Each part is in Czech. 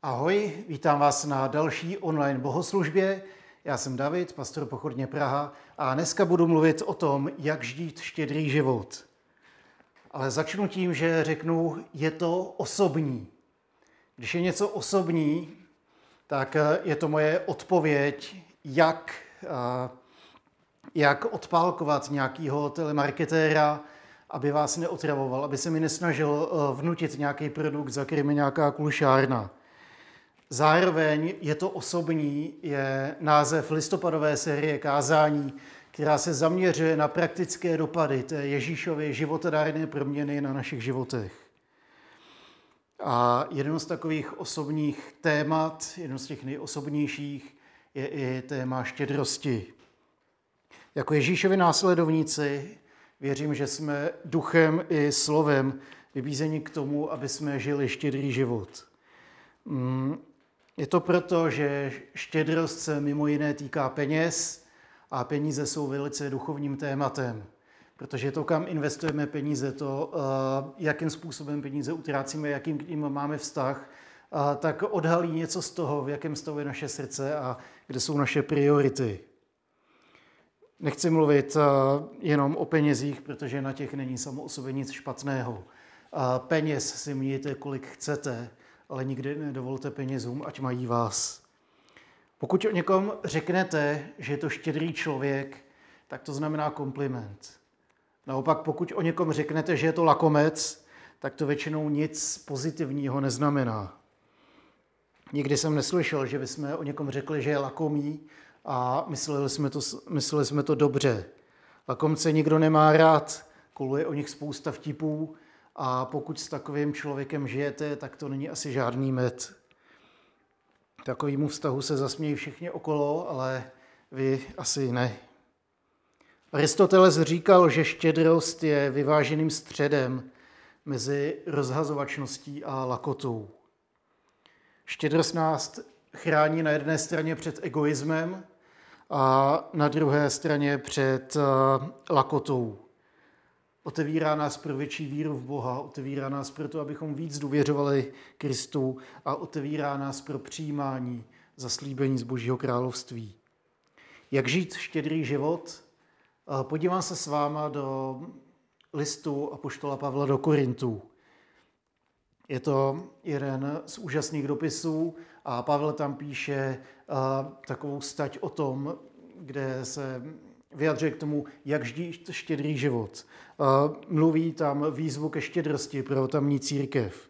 Ahoj, vítám vás na další online bohoslužbě. Já jsem David, pastor Pochodně Praha a dneska budu mluvit o tom, jak žít štědrý život. Ale začnu tím, že řeknu, je to osobní. Když je něco osobní, tak je to moje odpověď, jak odpálkovat nějakého telemarketéra, aby vás neotravoval, aby se mi nesnažil vnutit nějaký produkt, za kterým je nějaká kulšárna. Zároveň je to osobní, je název listopadové série kázání, která se zaměřuje na praktické dopady té Ježíšovy životodárné proměny na našich životech. A jedno z takových osobních témat, jedno z těch nejosobnějších, je i téma štědrosti. Jako Ježíšovi následovníci věřím, že jsme duchem i slovem vybízeni k tomu, aby jsme žili štědrý život. Je to proto, že štědrost se mimo jiné týká peněz a peníze jsou velice duchovním tématem. Protože to, kam investujeme peníze, to, jakým způsobem peníze utrácíme, jakým k ním máme vztah, tak odhalí něco z toho, v jakém stavu je naše srdce a kde jsou naše priority. Nechci mluvit jenom o penězích, protože na těch není samo o sobě nic špatného. Peněz si mějte, kolik chcete, ale nikdy nedovolte penězům, ať mají vás. Pokud o někom řeknete, že je to štědrý člověk, tak to znamená kompliment. Naopak, pokud o někom řeknete, že je to lakomec, tak to většinou nic pozitivního neznamená. Nikdy jsem neslyšel, že bychom o někom řekli, že je lakomý a mysleli jsme to dobře. Lakomce nikdo nemá rád, koluje o nich spousta vtipů, a pokud s takovým člověkem žijete, tak to není asi žádný med. Takovému vztahu se zasmějí všichni okolo, ale vy asi ne. Aristoteles říkal, že štědrost je vyváženým středem mezi rozhazovačností a lakotou. Štědrost nás chrání na jedné straně před egoismem a na druhé straně před lakotou. Otevírá nás pro větší víru v Boha, otevírá nás pro to, abychom víc důvěřovali Kristu a otevírá nás pro přijímání zaslíbení z Božího království. Jak žít štědrý život? Podívám se s váma do listu apoštola Pavla do Korintů. Je to jeden z úžasných dopisů a Pavel tam píše takovou stať o tom, kde se vyjadřuje k tomu, jak žít štědrý život. Mluví tam výzvu ke štědrosti pro tamní církev.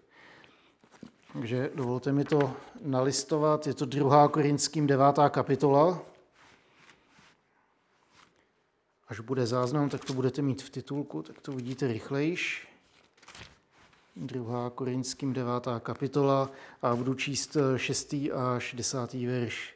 Takže dovolte mi to nalistovat. Je to 2. Korinským 9. kapitola. Až bude záznam, tak to budete mít v titulku, tak to vidíte rychlejš. 2. Korinským 9. kapitola a budu číst 6. až 10. verš.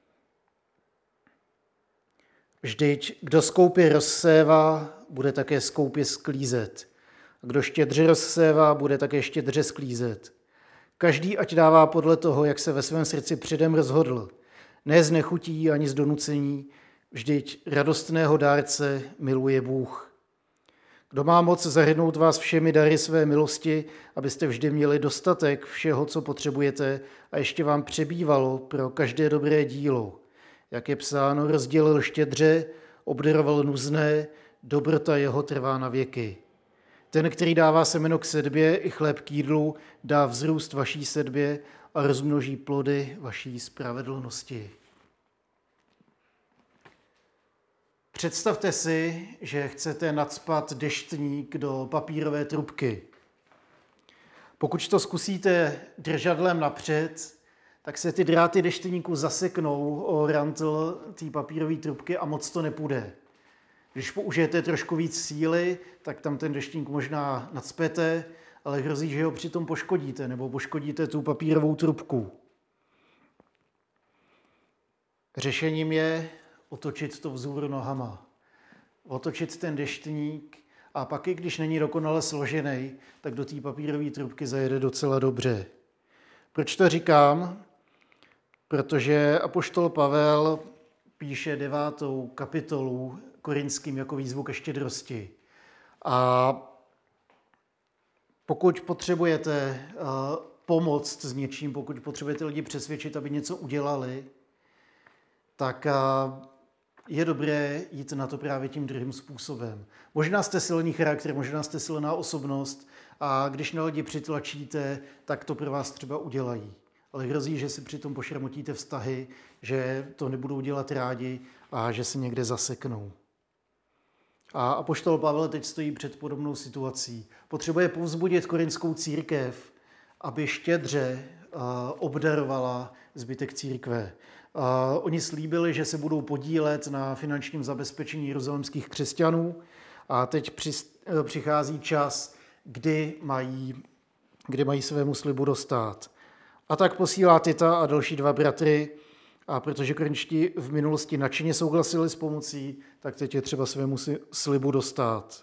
Vždyť, kdo skoupě rozsévá, bude také skoupě sklízet. A kdo štědře rozsévá, bude také štědře sklízet. Každý ať dává podle toho, jak se ve svém srdci předem rozhodl. Ne z nechutí ani z donucení, vždyť radostného dárce miluje Bůh. Kdo má moc zahrnout vás všemi dary své milosti, abyste vždy měli dostatek všeho, co potřebujete a ještě vám přebývalo pro každé dobré dílo. Jak je psáno, rozdělil štědře, obdaroval nuzné, dobrota jeho trvá na věky. Ten, který dává semeno k sedbě i chléb k jídlu, dá vzrůst vaší sedbě a rozmnoží plody vaší spravedlnosti. Představte si, že chcete nacpat deštník do papírové trubky. Pokud to zkusíte držadlem napřed, tak se ty dráty deštníku zaseknou o rantl té papírové trubky a moc to nepůjde. Když použijete trošku víc síly, tak tam ten deštník možná nacpete, ale hrozí, že ho přitom poškodíte nebo poškodíte tu papírovou trubku. Řešením je otočit to vzhůru nohama. Otočit ten deštník a pak, i když není dokonale složený, tak do té papírové trubky zajede docela dobře. Proč to říkám? Protože apoštol Pavel píše 9. kapitolu Korinským jako výzvu ke štědrosti. A pokud potřebujete pomoct s něčím, pokud potřebujete lidi přesvědčit, aby něco udělali, tak je dobré jít na to právě tím druhým způsobem. Možná jste silný charakter, možná jste silná osobnost a když na lidi přitlačíte, tak to pro vás třeba udělají. Ale hrozí, že si přitom pošramotíte vztahy, že to nebudou dělat rádi a že se někde zaseknou. A apoštol Pavel teď stojí před podobnou situací. Potřebuje povzbudit korintskou církev, aby štědře obdarovala zbytek církve. Oni slíbili, že se budou podílet na finančním zabezpečení jeruzalémských křesťanů a teď přichází čas, kdy mají svému slibu dostát. A tak posílá Tita a další 2 bratry, a protože korinští v minulosti nadšeně souhlasili s pomocí, tak teď je třeba svému slibu dostat.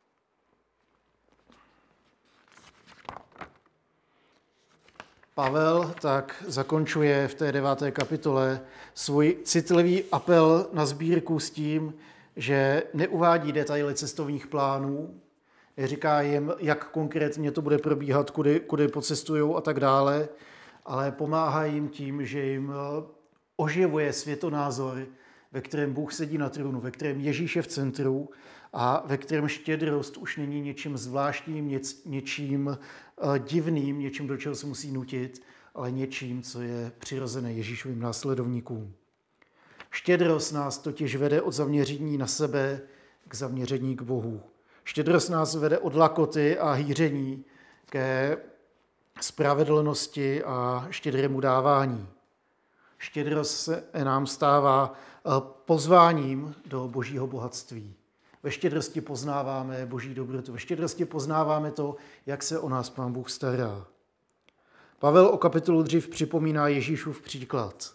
Pavel tak zakončuje v té 9. kapitole svůj citlivý apel na sbírku s tím, že neuvádí detaily cestovních plánů, neříká jim, jak konkrétně to bude probíhat, kudy pocestujou a tak dále, ale pomáhá jim tím, že jim oživuje světonázor, ve kterém Bůh sedí na trůnu, ve kterém Ježíš je v centru a ve kterém štědrost už není něčím zvláštním, něčím divným, něčím, do čeho se musí nutit, ale něčím, co je přirozené Ježíšovým následovníkům. Štědrost nás totiž vede od zaměření na sebe k zaměření k Bohu. Štědrost nás vede od lakoty a hýření ke spravedlnosti a štědrému dávání. Štědrost se nám stává pozváním do božího bohatství. Ve štědrosti poznáváme boží dobrotu. Ve štědrosti poznáváme to, jak se o nás Pán Bůh stará. Pavel o kapitolu dřív připomíná Ježíšův příklad,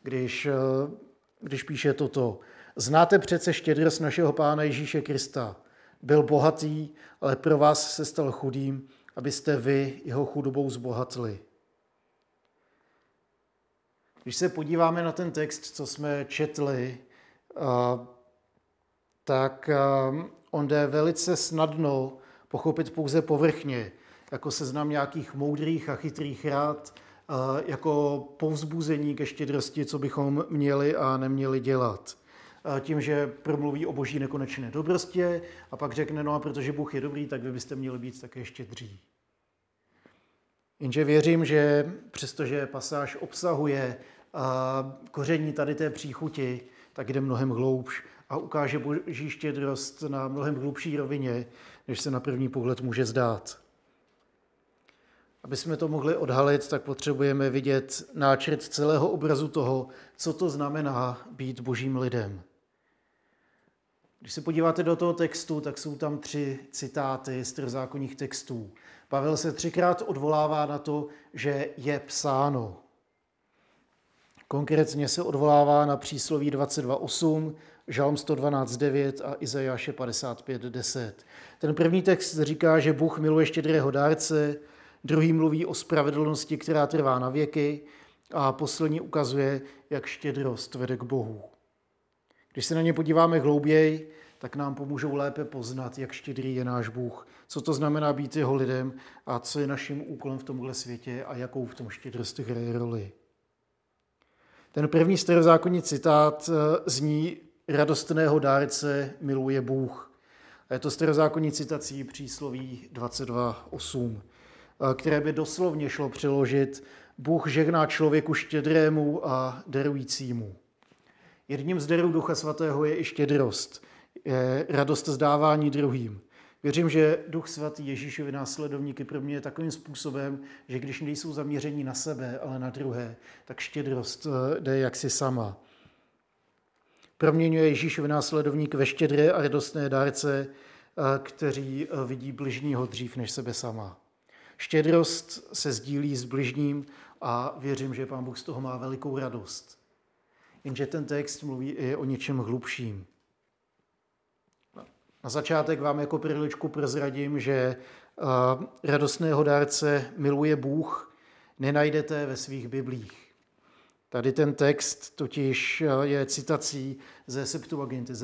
když píše toto. Znáte přece štědrost našeho Pána Ježíše Krista. Byl bohatý, ale pro vás se stal chudým, abyste vy jeho chudobou zbohatli. Když se podíváme na ten text, co jsme četli, tak on jde velice snadno pochopit pouze povrchně, jako seznam nějakých moudrých a chytrých rád, jako povzbuzení ke štědrosti, co bychom měli a neměli dělat. Tím, že promluví o boží nekonečné dobrostě a pak řekne, no a protože Bůh je dobrý, tak vy byste měli být také štědří. Jenže věřím, že přestože pasáž obsahuje koření tady té příchuti, tak jde mnohem hloubš a ukáže boží štědrost na mnohem hlubší rovině, než se na první pohled může zdát. Aby jsme to mohli odhalit, tak potřebujeme vidět náčrt celého obrazu toho, co to znamená být božím lidem. Když se podíváte do toho textu, tak jsou tam 3 citáty starozákonních textů. Pavel se 3krát odvolává na to, že je psáno. Konkrétně se odvolává na přísloví 22.8, Žalm 112.9 a Izajáše 55.10. Ten první text říká, že Bůh miluje štědrého dárce, druhý mluví o spravedlnosti, která trvá na věky a poslední ukazuje, jak štědrost vede k Bohu. Když se na ně podíváme hlouběji, tak nám pomůžou lépe poznat, jak štědrý je náš Bůh, co to znamená být jeho lidem a co je naším úkolem v tomhle světě a jakou v tom štědrost hraje roli. Ten první starozákonní citát zní radostného dárce miluje Bůh. A je to starozákonní citací přísloví 22.8, které by doslovně šlo přeložit Bůh žehná člověku štědrému a darujícímu. Jedním z darů Ducha Svatého je i štědrost, je radost z dávání druhým. Věřím, že Duch Svatý Ježíšovi následovníky pro mě je takovým způsobem, že když nejsou zaměření na sebe, ale na druhé, tak štědrost jde jaksi sama. Proměňuje Ježíšovi následovník ve štědré a radostné dárce, kteří vidí bližního dřív než sebe sama. Štědrost se sdílí s bližním a věřím, že Pán Bůh z toho má velikou radost. Jenže ten text mluví i o něčem hlubším. Na začátek vám jako perličku prozradím, že radostného dárce miluje Bůh nenajdete ve svých biblích. Tady ten text totiž je citací ze Septuaginty,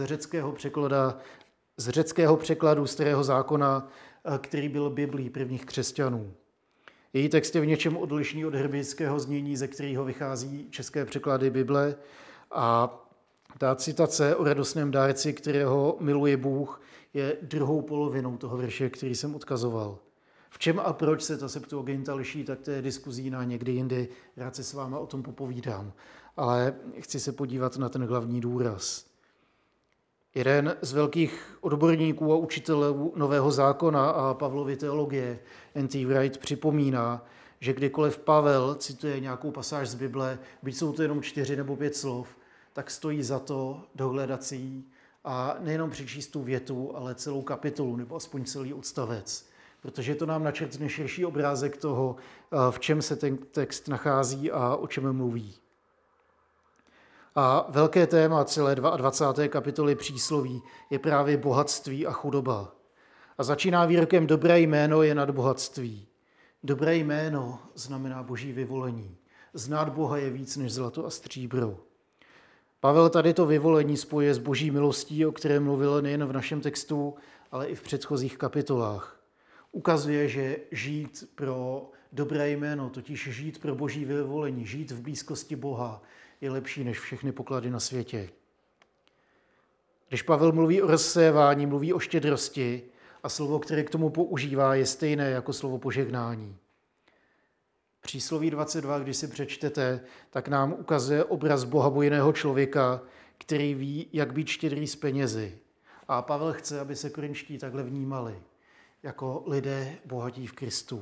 z řeckého překladu Starého zákona, který byl Biblí prvních křesťanů. Její text je v něčem odlišný od hebrejského znění, ze kterého vychází české překlady Bible. A ta citace o radostném dárci, kterého miluje Bůh, je druhou polovinou toho verše, který jsem odkazoval. V čem a proč se ta Septuaginta liší, tak to je diskuzí na někdy jindy. Rád se s váma o tom popovídám. Ale chci se podívat na ten hlavní důraz. Jeden z velkých odborníků a učitelů Nového zákona a Pavlovy teologie, N.T. Wright, připomíná, že kdykoliv Pavel cituje nějakou pasáž z Bible, byť jsou to jenom 4 nebo 5 slov, tak stojí za to dohledat si ji a nejenom přečíst tu větu, ale celou kapitolu nebo aspoň celý odstavec, protože to nám načrtne širší obrázek toho, v čem se ten text nachází a o čem mluví. A velké téma celé 22. kapitoly přísloví je právě bohatství a chudoba. A začíná výrokem dobré jméno je nad bohatství. Dobré jméno znamená boží vyvolení. Znát Boha je víc než zlato a stříbro. Pavel tady to vyvolení spojuje s boží milostí, o které mluvil nejen v našem textu, ale i v předchozích kapitolách. Ukazuje, že žít pro dobré jméno, totiž žít pro boží vyvolení, žít v blízkosti Boha, je lepší než všechny poklady na světě. Když Pavel mluví o rozsévání, mluví o štědrosti a slovo, které k tomu používá, je stejné jako slovo požehnání. Přísloví 22, když si přečtete, tak nám ukazuje obraz bohabojného člověka, který ví, jak být štědrý s penězi. A Pavel chce, aby se korinští takhle vnímali, jako lidé bohatí v Kristu.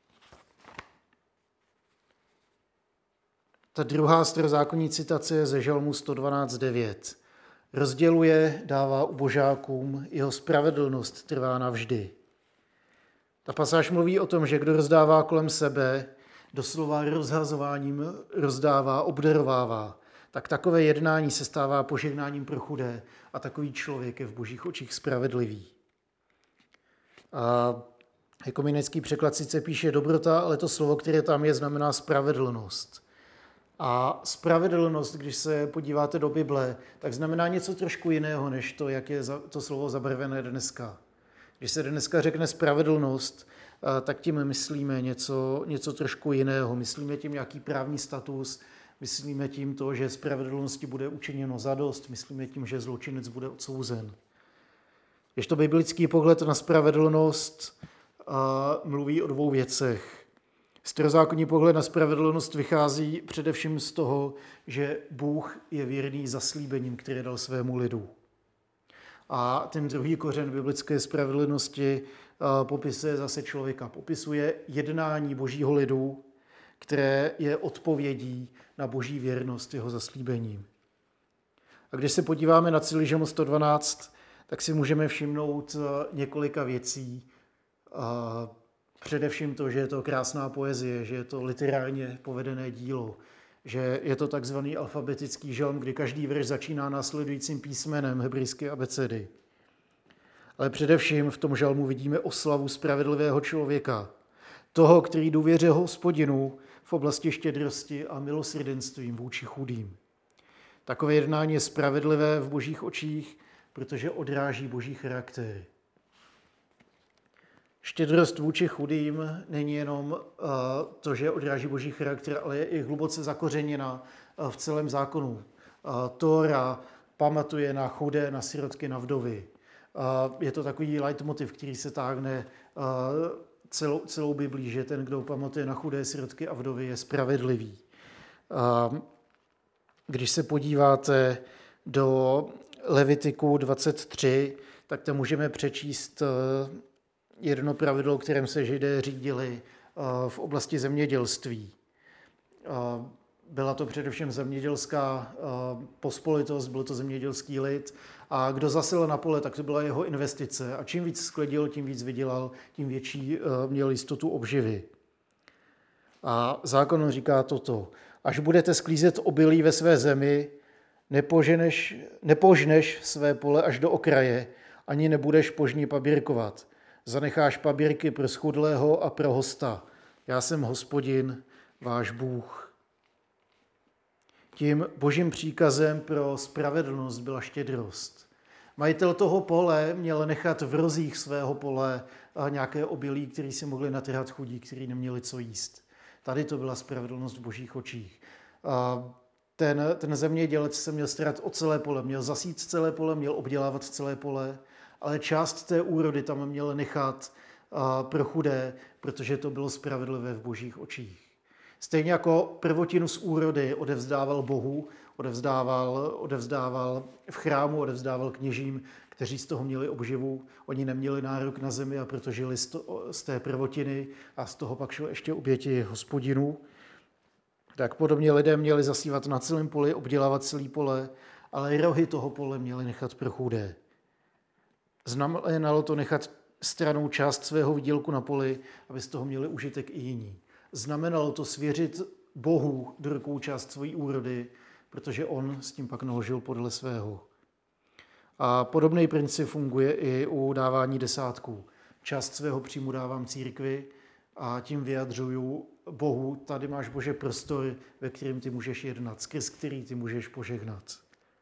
Ta druhá starozákonní citace je ze Žalmu 112:9. Rozděluje, dává ubožákům, jeho spravedlnost trvá navždy. Ta pasáž mluví o tom, že kdo rozdává kolem sebe, doslova rozhazováním rozdává, obdarovává, tak takové jednání se stává požehnáním pro chudé a takový člověk je v božích očích spravedlivý. A ekumenický překlad sice píše dobrota, ale to slovo, které tam je, znamená spravedlnost. A spravedlnost, když se podíváte do Bible, tak znamená něco trošku jiného, než to, jak je to slovo zabarvené dneska. Když se dneska řekne spravedlnost, tak tím myslíme něco trošku jiného. Myslíme tím nějaký právní status, myslíme tím to, že spravedlnosti bude učiněno zadost, myslíme tím, že zločinec bude odsouzen. Když to biblický pohled na spravedlnost mluví o dvou věcech. Starozákonní pohled na spravedlnost vychází především z toho, že Bůh je věrný zaslíbením, které dal svému lidu. A ten druhý kořen biblické spravedlnosti popisuje zase člověka. Popisuje jednání božího lidu, které je odpovědí na boží věrnost jeho zaslíbením. A když se podíváme na celý Žalm 112, tak si můžeme všimnout několika věcí. Především to, že je to krásná poezie, že je to literárně povedené dílo, že je to takzvaný alfabetický žalm, kdy každý verš začíná následujícím písmenem hebrejské abecedy. Ale především v tom žalmu vidíme oslavu spravedlivého člověka, toho, který důvěřuje Hospodinu v oblasti štědrosti a milosrdenstvím vůči chudým. Takové jednání je spravedlivé v božích očích, protože odráží boží charakter. Štědrost vůči chudým není jenom to, že odráží boží charakter, ale je i hluboce zakořeněna v celém zákonu. Tóra pamatuje na chudé, na sirotky, na vdovy. Je to takový leitmotiv, který se táhne celou Biblí, že ten, kdo pamatuje na chudé, sirotky a vdovy, je spravedlivý. Když se podíváte do Levitiku 23, tak tam můžeme přečíst jedno pravidlo, kterém se Židé řídili v oblasti zemědělství. Byla to především zemědělská pospolitost, byl to zemědělský lid a kdo zasil na pole, tak to byla jeho investice a čím víc sklidil, tím víc vydělal, tím větší měl jistotu obživy. A zákon říká toto. Až budete sklízet obilí ve své zemi, nepožneš své pole až do okraje, ani nebudeš požní pabírkovat. Zanecháš pabírky pro schudlého a pro hosta. Já jsem Hospodin, váš Bůh. Tím božím příkazem pro spravedlnost byla štědrost. Majitel toho pole měl nechat v rozích svého pole nějaké obilí, který si mohli natrhat chudí, kteří neměli co jíst. Tady to byla spravedlnost v božích očích. Ten zemědělec se měl starat o celé pole, měl zasít celé pole, měl obdělávat celé pole, ale část té úrody tam měl nechat pro chudé, protože to bylo spravedlivé v božích očích. Stejně jako prvotinu z úrody odevzdával Bohu, odevzdával v chrámu, odevzdával kněžím, kteří z toho měli obživu. Oni neměli nárok na zemi a proto žili z té prvotiny a z toho pak šlo ještě oběti Hospodinu. Tak podobně lidé měli zasívat na celém poli, obdělávat celé pole, ale rohy toho pole měli nechat pro chudé. Znamenalo to nechat stranou část svého výdělku na poli, aby z toho měli užitek i jiní. Znamenalo to svěřit Bohu do rukou část své úrody, protože on s tím pak naložil podle svého. A podobný princip funguje i u dávání desátků. Část svého příjmu dávám církvi a tím vyjadřuju Bohu, tady máš Bože prostor, ve kterém ty můžeš jednat, skrz který ty můžeš požehnat.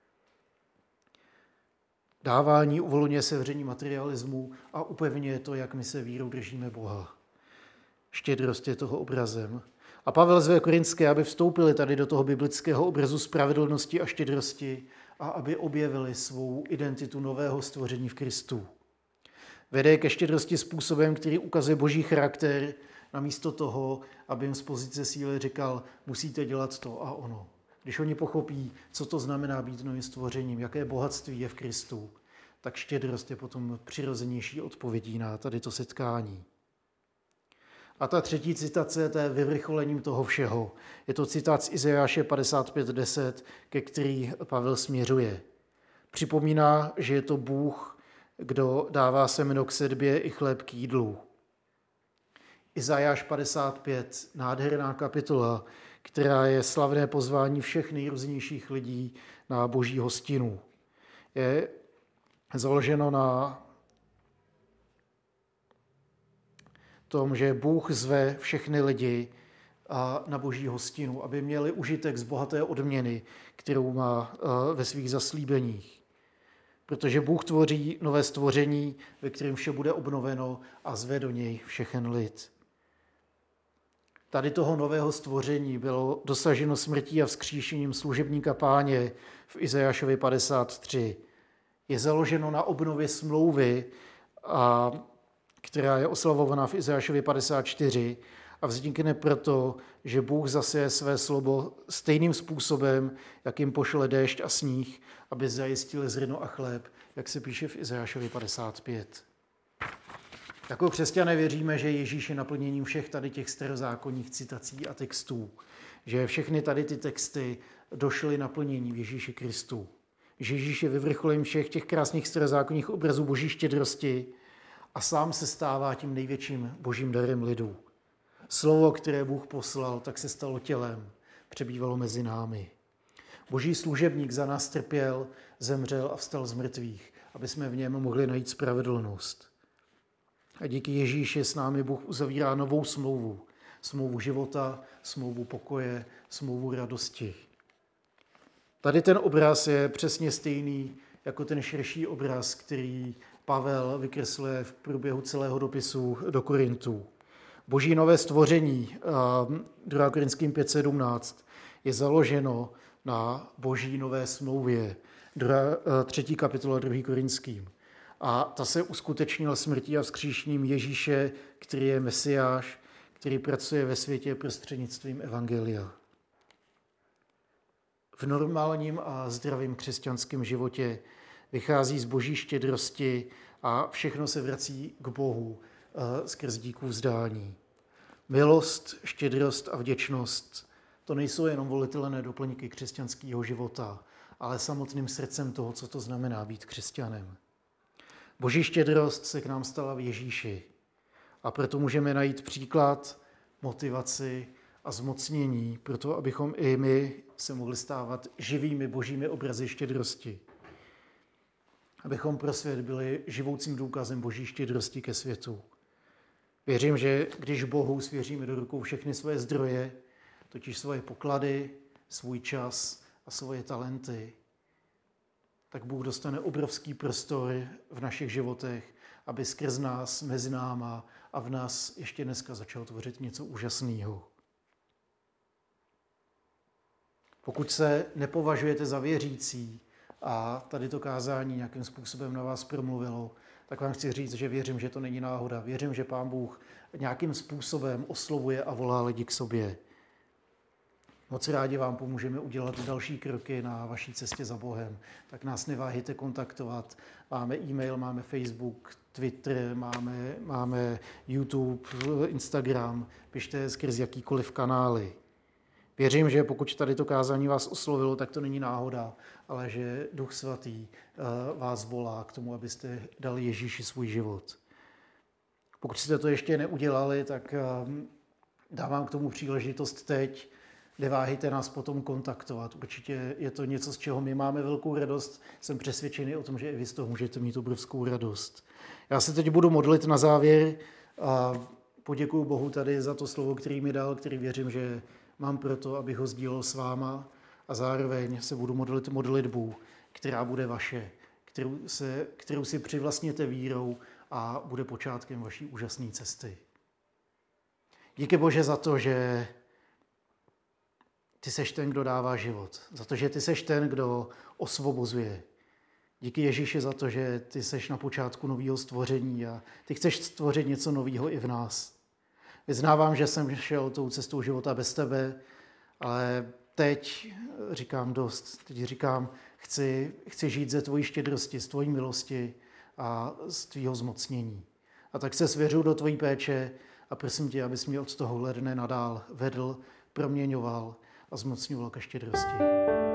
Dávání uvolňuje sevření materialismu a upevňuje to, jak my se vírou držíme Boha. Štědrost je toho obrazem. A Pavel zve Korinské, aby vstoupili tady do toho biblického obrazu spravedlnosti a štědrosti a aby objevili svou identitu nového stvoření v Kristu. Vede ke štědrosti způsobem, který ukazuje boží charakter, namísto toho, aby jim z pozice síly říkal, musíte dělat to a ono. Když oni pochopí, co to znamená být novým stvořením, jaké bohatství je v Kristu, tak štědrost je potom přirozenější odpovědí na tady to setkání. A ta třetí citace, to je vyvrcholením toho všeho. Je to citát z Izajáše 55:10, ke který Pavel směřuje. Připomíná, že je to Bůh, kdo dává semeno k sedbě i chléb k jídlu. Izajáš 55, nádherná kapitola, která je slavné pozvání všech nejrůznějších lidí na boží hostinu. Je založeno na tom, že Bůh zve všechny lidi na boží hostinu, aby měli užitek z bohaté odměny, kterou má ve svých zaslíbeních. Protože Bůh tvoří nové stvoření, ve kterém vše bude obnoveno a zve do něj všechen lid. Tady toho nového stvoření bylo dosaženo smrtí a vzkříšením služebníka Páně v Izajášovi 53. Je založeno na obnově smlouvy, která je oslavovaná v Izajášovi 54 a vznikne proto, že Bůh zaseje své slovo stejným způsobem, jakým pošle déšť a sníh, aby zajistili zrno a chléb, jak se píše v Izajášovi 55. Jako křesťané věříme, že Ježíš je naplněním všech tady těch starozákonních citací a textů, že všechny tady ty texty došly naplnění v Ježíši Kristu. Že Ježíš je vyvrcholením všech těch krásných starozákonních obrazů boží štědrosti a sám se stává tím největším božím darem lidu. Slovo, které Bůh poslal, tak se stalo tělem, přebývalo mezi námi. Boží služebník za nás trpěl, zemřel a vstal z mrtvých, aby jsme v něm mohli najít spravedlnost. A díky Ježíši s námi Bůh uzavírá novou smlouvu. Smlouvu života, smlouvu pokoje, smlouvu radosti. Tady ten obraz je přesně stejný jako ten širší obraz, který Pavel vykresluje v průběhu celého dopisu do Korintů. Boží nové stvoření, 2. Korinským 5:17, je založeno na boží nové smlouvě, 3. kapitola 2. Korinským. A ta se uskutečnila smrtí a vzkříšením Ježíše, který je Mesiáš, který pracuje ve světě prostřednictvím evangelia. V normálním a zdravém křesťanském životě vychází z boží štědrosti a všechno se vrací k Bohu skrz díků vzdání. Milost, štědrost a vděčnost, to nejsou jenom volitelné doplňky křesťanského života, ale samotným srdcem toho, co to znamená být křesťanem. Boží štědrost se k nám stala v Ježíši a proto můžeme najít příklad, motivaci a zmocnění pro to, abychom i my se mohli stávat živými božími obrazy štědrosti. Abychom pro svět byli živoucím důkazem boží štědrosti ke světu. Věřím, že když Bohu svěříme do rukou všechny svoje zdroje, totiž svoje poklady, svůj čas a svoje talenty, tak Bůh dostane obrovský prostor v našich životech, aby skrz nás, mezi náma a v nás ještě dneska začal tvořit něco úžasného. Pokud se nepovažujete za věřící a tady to kázání nějakým způsobem na vás promluvilo, tak vám chci říct, že věřím, že to není náhoda. Věřím, že Pán Bůh nějakým způsobem oslovuje a volá lidi k sobě. Moc rádi vám pomůžeme udělat další kroky na vaší cestě za Bohem. Tak nás neváhejte kontaktovat. Máme e-mail, máme Facebook, Twitter, máme YouTube, Instagram. Pište skrz jakýkoliv kanály. Věřím, že pokud tady to kázání vás oslovilo, tak to není náhoda, ale že Duch Svatý vás volá k tomu, abyste dali Ježíši svůj život. Pokud jste to ještě neudělali, tak dávám k tomu příležitost teď. Neváhejte nás potom kontaktovat. Určitě je to něco, z čeho my máme velkou radost. Jsem přesvědčený o tom, že i vy z toho můžete mít obrovskou radost. Já se teď budu modlit na závěr a poděkuju Bohu tady za to slovo, který mi dal, který věřím, že mám proto, abych ho sdílel s váma a zároveň se budu modlit modlitbu, která bude vaše, kterou si přivlastněte vírou a bude počátkem vaší úžasné cesty. Díky Bože za to, že ty seš ten, kdo dává život. Za to, že ty seš ten, kdo osvobozuje. Díky Ježíši za to, že ty seš na počátku nového stvoření a ty chceš stvořit něco nového i v nás. Vyznávám, že jsem šel tou cestou života bez tebe, ale teď říkám dost. Teď říkám, chci žít ze tvojí štědrosti, z tvojí milosti a z tvýho zmocnění. A tak se svěřuju do tvojí péče a prosím tě, abys mě od tohohle dne nadál vedl, proměňoval a zmocňoval ke štědrosti.